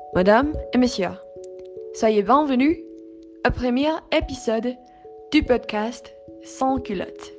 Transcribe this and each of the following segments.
Mesdames et messieurs, soyez bienvenus au premier épisode du podcast Sans culotte.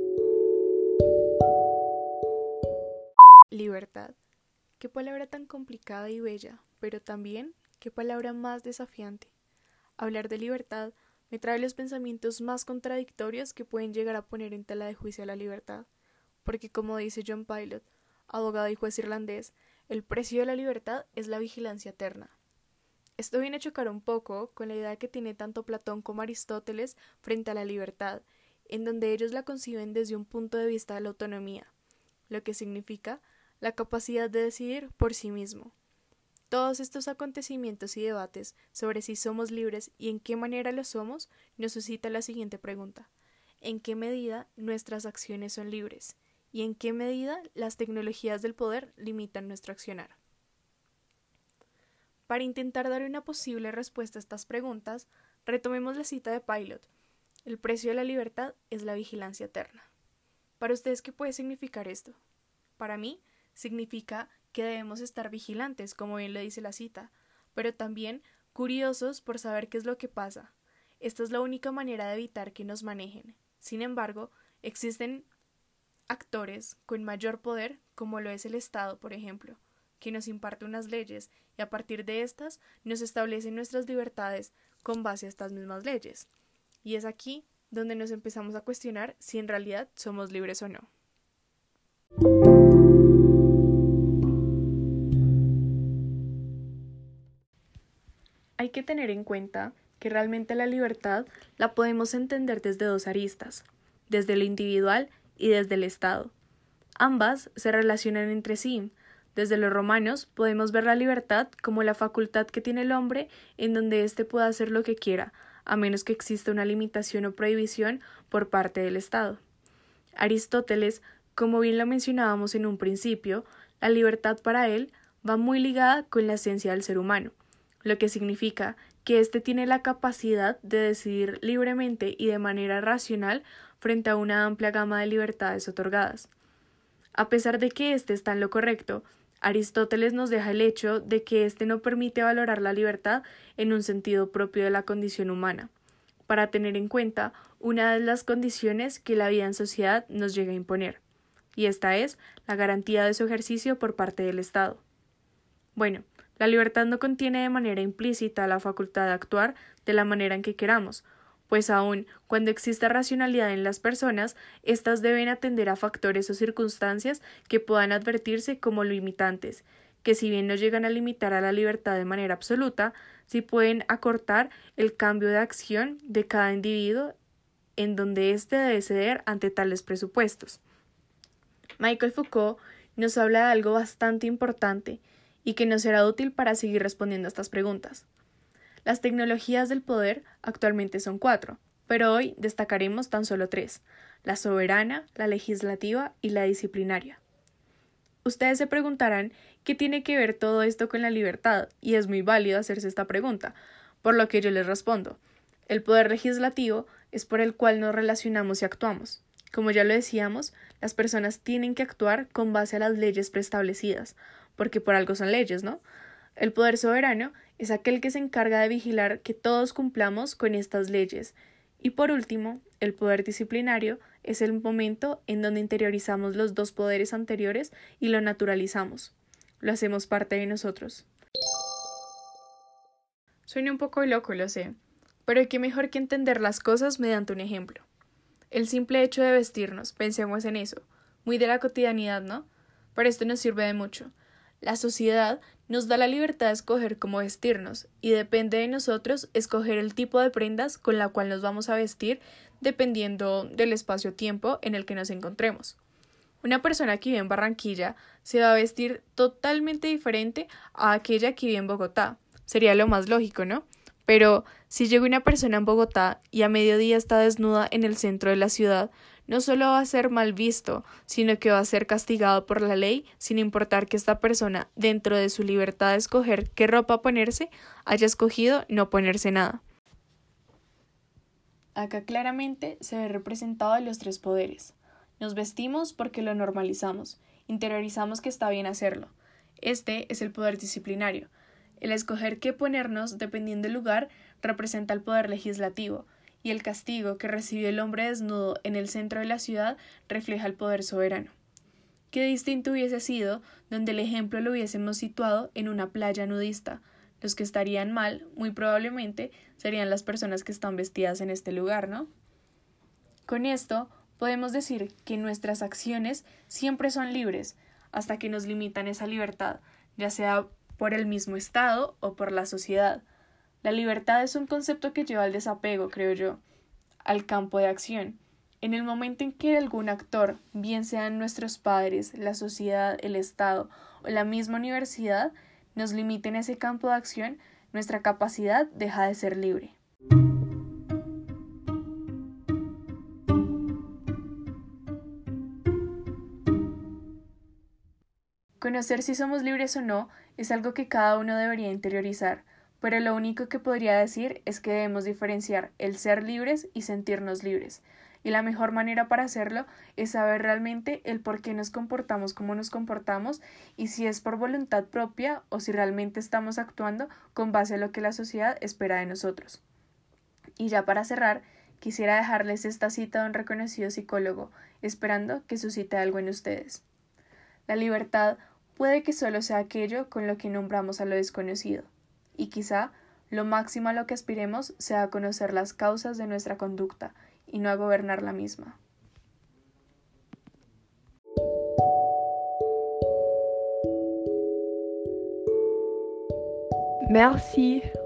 Libertad. Qué palabra tan complicada y bella, pero también qué palabra más desafiante. Hablar de libertad me trae los pensamientos más contradictorios que pueden llegar a poner en tela de juicio a la libertad, porque como dice John Pilot, abogado y juez irlandés, el precio de la libertad es la vigilancia eterna. Esto viene a chocar un poco con la idea que tiene tanto Platón como Aristóteles frente a la libertad, en donde ellos la conciben desde un punto de vista de la autonomía, lo que significa la capacidad de decidir por sí mismo. Todos estos acontecimientos y debates sobre si somos libres y en qué manera lo somos nos suscita la siguiente pregunta: ¿en qué medida nuestras acciones son libres? ¿Y en qué medida las tecnologías del poder limitan nuestro accionar? Para intentar dar una posible respuesta a estas preguntas, retomemos la cita de Pilot. El precio de la libertad es la vigilancia eterna. ¿Para ustedes qué puede significar esto? Para mí, significa que debemos estar vigilantes, como bien lo dice la cita, pero también curiosos por saber qué es lo que pasa. Esta es la única manera de evitar que nos manejen. Sin embargo, existen actores con mayor poder, como lo es el Estado, por ejemplo, que nos imparte unas leyes y a partir de estas nos establecen nuestras libertades con base a estas mismas leyes. Y es aquí donde nos empezamos a cuestionar si en realidad somos libres o no. Hay que tener en cuenta que realmente la libertad la podemos entender desde dos aristas, desde lo individual y desde el Estado. Ambas se relacionan entre sí. Desde los romanos podemos ver la libertad como la facultad que tiene el hombre en donde éste pueda hacer lo que quiera, a menos que exista una limitación o prohibición por parte del Estado. Aristóteles, como bien lo mencionábamos en un principio, la libertad para él va muy ligada con la esencia del ser humano, lo que significa que éste tiene la capacidad de decidir libremente y de manera racional frente a una amplia gama de libertades otorgadas. A pesar de que éste está en lo correcto, Aristóteles nos deja el hecho de que éste no permite valorar la libertad en un sentido propio de la condición humana, para tener en cuenta una de las condiciones que la vida en sociedad nos llega a imponer, y esta es la garantía de su ejercicio por parte del Estado. Bueno, la libertad no contiene de manera implícita la facultad de actuar de la manera en que queramos, pues aun cuando exista racionalidad en las personas, éstas deben atender a factores o circunstancias que puedan advertirse como limitantes, que si bien no llegan a limitar a la libertad de manera absoluta, sí pueden acortar el cambio de acción de cada individuo en donde éste debe ceder ante tales presupuestos. Michael Foucault nos habla de algo bastante importante y que nos será útil para seguir respondiendo a estas preguntas. Las tecnologías del poder actualmente son 4, pero hoy destacaremos tan solo 3, la soberana, la legislativa y la disciplinaria. Ustedes se preguntarán qué tiene que ver todo esto con la libertad, y es muy válido hacerse esta pregunta, por lo que yo les respondo. El poder legislativo es por el cual nos relacionamos y actuamos. Como ya lo decíamos, las personas tienen que actuar con base a las leyes preestablecidas, porque por algo son leyes, ¿no? El poder soberano es aquel que se encarga de vigilar que todos cumplamos con estas leyes. Y por último, el poder disciplinario es el momento en donde interiorizamos los dos poderes anteriores y lo naturalizamos. Lo hacemos parte de nosotros. Suena un poco loco, lo sé, pero qué mejor que entender las cosas mediante un ejemplo. El simple hecho de vestirnos, pensemos en eso, muy de la cotidianidad, ¿no? Pero esto nos sirve de mucho. La sociedad nos da la libertad de escoger cómo vestirnos y depende de nosotros escoger el tipo de prendas con la cual nos vamos a vestir dependiendo del espacio-tiempo en el que nos encontremos. Una persona que vive en Barranquilla se va a vestir totalmente diferente a aquella que vive en Bogotá. Sería lo más lógico, ¿no? Pero si llega una persona en Bogotá y a mediodía está desnuda en el centro de la ciudad, no solo va a ser mal visto, sino que va a ser castigado por la ley, sin importar que esta persona, dentro de su libertad de escoger qué ropa ponerse, haya escogido no ponerse nada. Acá claramente se ve representado los 3 poderes. Nos vestimos porque lo normalizamos, interiorizamos que está bien hacerlo. Este es el poder disciplinario. El escoger qué ponernos dependiendo del lugar representa el poder legislativo, y el castigo que recibió el hombre desnudo en el centro de la ciudad refleja el poder soberano. Qué distinto hubiese sido donde el ejemplo lo hubiésemos situado en una playa nudista. Los que estarían mal, muy probablemente, serían las personas que están vestidas en este lugar, ¿no? Con esto, podemos decir que nuestras acciones siempre son libres, hasta que nos limitan esa libertad, ya sea por el mismo Estado o por la sociedad. La libertad es un concepto que lleva al desapego, creo yo, al campo de acción. En el momento en que algún actor, bien sean nuestros padres, la sociedad, el Estado o la misma universidad, nos limiten ese campo de acción, nuestra capacidad deja de ser libre. Conocer si somos libres o no es algo que cada uno debería interiorizar, pero lo único que podría decir es que debemos diferenciar el ser libres y sentirnos libres, y la mejor manera para hacerlo es saber realmente el por qué nos comportamos como nos comportamos y si es por voluntad propia o si realmente estamos actuando con base a lo que la sociedad espera de nosotros. Y ya para cerrar, quisiera dejarles esta cita de un reconocido psicólogo, esperando que suscite algo en ustedes. La libertad puede que solo sea aquello con lo que nombramos a lo desconocido, y quizá lo máximo a lo que aspiremos sea a conocer las causas de nuestra conducta y no a gobernar la misma. Merci